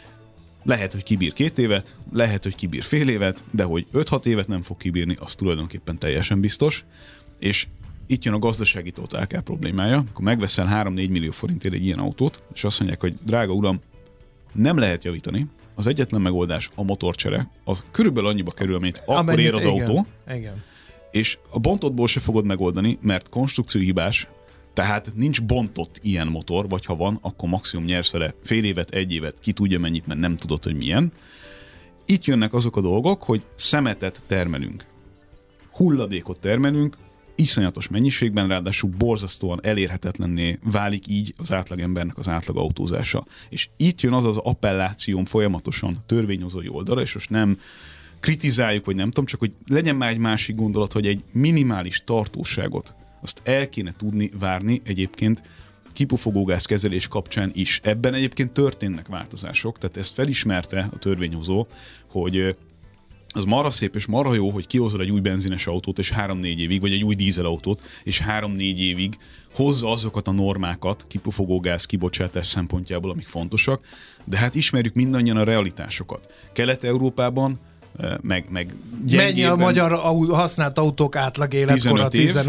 F: Lehet, hogy kibír 2 évet, lehet, hogy kibír fél évet, de hogy 5-6 évet nem fog kibírni, az tulajdonképpen teljesen biztos. És itt jön a gazdasági totálkár problémája, akkor megveszel 3-4 millió forintért egy ilyen autót, és azt mondják, hogy drága uram, nem lehet javítani, az egyetlen megoldás a motorcsere, az körülbelül annyiba kerül, amit akkor ér az autó,
A: igen.
F: És a bontottból se fogod megoldani, mert konstrukcióhibás, tehát nincs bontott ilyen motor, vagy ha van, akkor maximum nyersz vele fél évet, 1 évet, ki tudja mennyit, mert nem tudod, hogy milyen. Itt jönnek azok a dolgok, hogy szemetet termelünk, hulladékot termelünk, iszonyatos mennyiségben, ráadásul borzasztóan elérhetetlenné válik így az átlagembernek az átlag autózása. És itt jön az appellációm folyamatosan törvényhozói oldalra, és most nem kritizáljuk, vagy nem tudom, csak hogy legyen már egy másik gondolat, hogy egy minimális tartóságot azt el kéne tudni várni egyébként kipufogógáz kezelés kapcsán is. Ebben egyébként történnek változások, tehát ezt felismerte a törvényhozó, hogy az marha szép és marha jó, hogy kihozol egy új benzines autót, és 3-4 évig, vagy egy új dízelautót, és 3-4 évig hozza azokat a normákat kipufogógáz kibocsátás szempontjából, amik fontosak, de hát ismerjük mindannyian a realitásokat. Kelet-Európában meg
A: mennyi a magyar használt autók átlag életkora?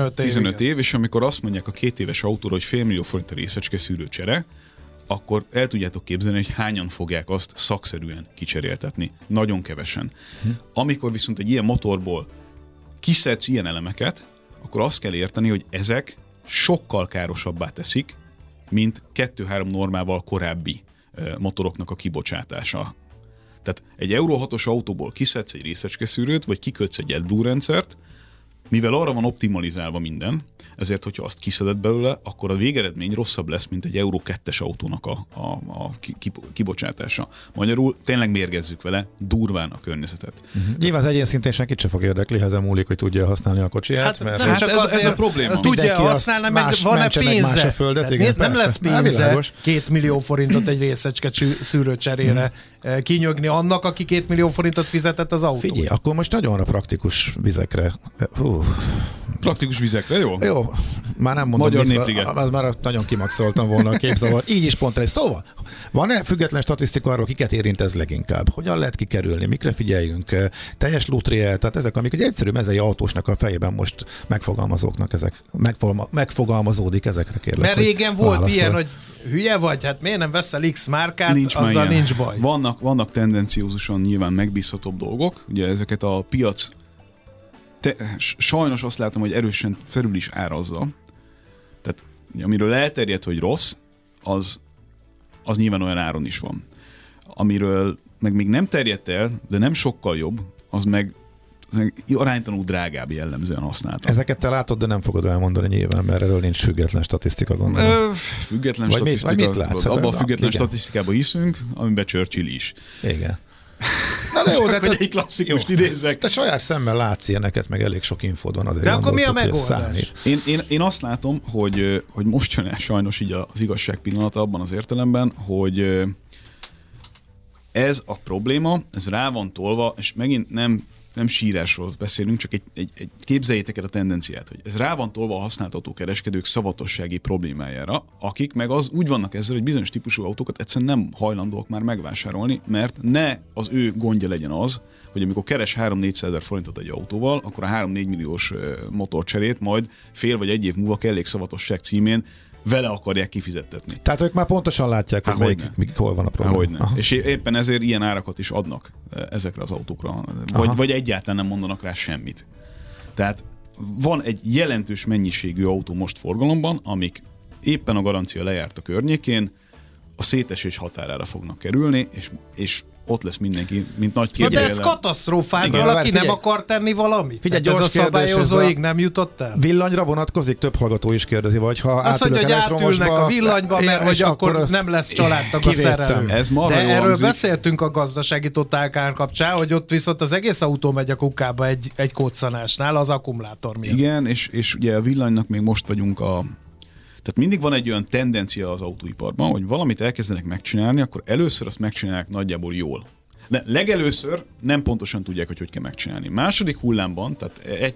F: 15 év, és amikor azt mondják a 2 éves autóra, hogy fél millió forint a részecske szűrőcsere, akkor el tudjátok képzelni, hogy hányan fogják azt szakszerűen kicseréltetni. Nagyon kevesen. Amikor viszont egy ilyen motorból kiszedsz ilyen elemeket, akkor azt kell érteni, hogy ezek sokkal károsabbá teszik, mint 2-3 normával korábbi motoroknak a kibocsátása. Tehát egy Euro 6-os autóból kiszedsz egy részecskeszűrőt, vagy kikötsz egy AdBlue rendszert, mivel arra van optimalizálva minden, ezért, hogyha azt kiszeded belőle, akkor a végeredmény rosszabb lesz, mint egy Euro 2-es autónak a kibocsátása. Magyarul tényleg mérgezzük vele durván a környezetet.
E: Nyilván az egyén szintén senkit sem fog érdekli, ha ezen múlik, hogy tudja használni a kocsiját.
A: Hát ez a probléma. Tudja használni, meg van-e pénze? Nem lesz pénze 2 millió forintot egy részecske szűrőcserére kinyögni annak, aki 2 millió forintot fizetett az autót.
E: Figyelj, akkor most nagyon a praktikus vizekre.
F: Praktikus vizekre, jó?
E: Jó, már nem mondom,
F: Magyar Népliget.
E: Az már nagyon kimaxoltam volna a képzavar. Így is pont egy. Szóval, van-e független statisztika arról, kiket érint ez leginkább? Hogyan lehet kikerülni? Mikre figyeljünk? Teljes lútriel? Tehát ezek, amik egy egyszerű mezei autósnak a fejében most megfogalmazóknak, ezek megfogalmazódik ezekre, kérlek.
A: Mert régen volt ilyen, hogy hülye vagy, hát miért nem veszel X márkát, azzal nincs baj.
F: Vannak tendenciózusan nyilván megbízhatóbb dolgok, ugye ezeket a piac sajnos azt látom, hogy erősen felül is árazza. Tehát amiről elterjedt, hogy rossz, az nyilván olyan áron is van. Amiről meg még nem terjedt el, de nem sokkal jobb, az meg aránytalanul drágább jellemzően használta.
E: Ezeket te látod, de nem fogod elmondani nyilván, mert erről nincs független statisztika, gondolom.
F: Független statisztika. Mit látsz? Abban a független statisztikában hiszünk, amiben Churchill is.
E: Igen. Na de jó, de
F: hogy egy klasszikust idézzek.
E: Te saját szemmel látsz ilyeneket, meg elég sok infód van azért.
A: De akkor mi a megoldás?
F: Én azt látom, hogy most jön el sajnos így az igazság pillanata abban az értelemben, hogy Ez a probléma, ez rá van tolva, és megint nem sírásról beszélünk, csak egy képzeljétek el a tendenciát, hogy ez rá van tolva a használt autókereskedők szavatossági problémájára, akik meg úgy vannak ezzel, hogy bizonyos típusú autókat egyszerűen nem hajlandóak már megvásárolni, mert ne az ő gondja legyen az, hogy amikor keres 3-400 ezer forintot egy autóval, akkor a 3-4 milliós motorcserét majd fél vagy egy év múlva kellékszavatosság címén vele akarják kifizettetni.
E: Tehát ők már pontosan látják, hogy hol van a probléma.
F: És éppen ezért ilyen árakat is adnak ezekre az autókra, vagy egyáltalán nem mondanak rá semmit. Tehát van egy jelentős mennyiségű autó most forgalomban, amik éppen a garancia lejárt a környékén, a szétesés határára fognak kerülni, és ott lesz mindenki, mint nagy kérdőjel.
A: De ez katasztrófál, valaki nem akar tenni valamit?
E: Figyelj,
A: ez a szabályozóig nem jutott el?
E: Villanyra vonatkozik, több hallgató is kérdezi, vagy ha
A: azt mondja, hogy átülnek a villanyba, mert hogy akkor nem lesz családtag a szerelő. De erről beszéltünk a gazdasági totálkár kapcsán, hogy ott viszont az egész autó megy a kukába egy kódszanásnál, az akkumulátor miatt.
F: Igen, és ugye a villanynak még most vagyunk Tehát mindig van egy olyan tendencia az autóiparban, hogy valamit elkezdenek megcsinálni, akkor először azt megcsinálják nagyjából jól. De legelőször nem pontosan tudják, hogy kell megcsinálni. Második hullámban, tehát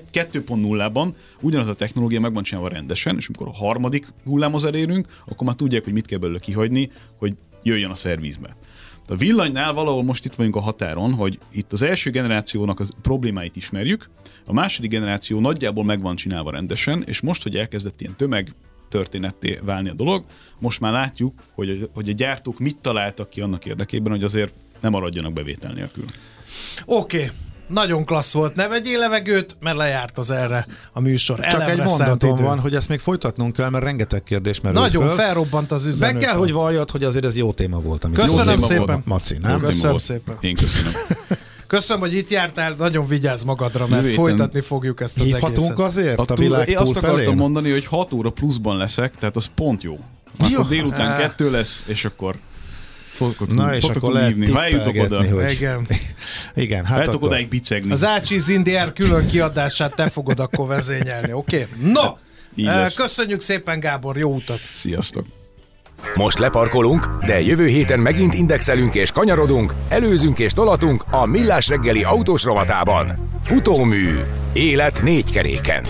F: 2.0-ban ugyanaz a technológia meg van csinálva rendesen, és amikor a harmadik hullámhoz elérünk, akkor már tudják, hogy mit kell belőle kihagyni, hogy jöjjön a szervízbe. A villanynál valahol most itt vagyunk a határon, hogy itt az első generációnak az problémáit ismerjük, a második generáció nagyjából meg van csinálva rendesen, és most, hogy elkezdett ilyen történetté válni a dolog, most már látjuk, hogy a gyártók mit találtak ki annak érdekében, hogy azért nem maradjanak bevétel nélkül.
A: Oké. Nagyon klassz volt. Ne vegyél levegőt, mert lejárt az erre a műsor.
E: Csak egy mondatom van, hogy ezt még folytatnunk kell, mert rengeteg kérdés merül
A: nagyon
E: föl.
A: felrobbant az üzenő.
E: Meg kell, hogy valljad, hogy azért ez jó téma volt. Amit
A: köszönöm szépen.
E: Maci, nem?
A: Köszönöm szépen.
F: Én köszönöm.
A: Köszönöm, hogy itt jártál, nagyon vigyázz magadra, mert folytatni fogjuk ezt az egészet.
E: Hívhatunk azért a világ
F: Én azt akartam
E: felén?
F: mondani, hogy 6 óra pluszban leszek, tehát az pont jó. Akkor délután 2 lesz, és akkor
E: és akkor lehet tippelgetni, hogy...
A: Igen,
E: hát
F: akkor odáig bicegni.
A: Az Ácsiz Indier külön kiadását te fogod akkor vezényelni, oké? No! Köszönjük szépen, Gábor, jó utat!
F: Sziasztok!
C: Most leparkolunk, de jövő héten megint indexelünk és kanyarodunk, előzünk és tolatunk a Millás reggeli autós rovatában. Futómű. Élet 4 keréken.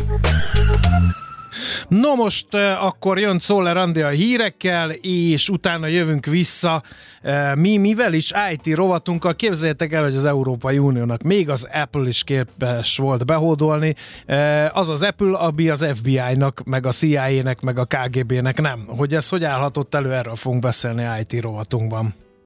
A: No most akkor jön Czoller Andi a hírekkel, és utána jövünk vissza mivel is IT rovatunkkal. Képzeljétek el, hogy az Európai Uniónak még az Apple is képes volt behódolni. Az az Apple, ami az FBI-nak, meg a CIA-nek, meg a KGB-nek nem. Hogy ez hogy állhatott elő, erről fogunk beszélni IT rovatunkban.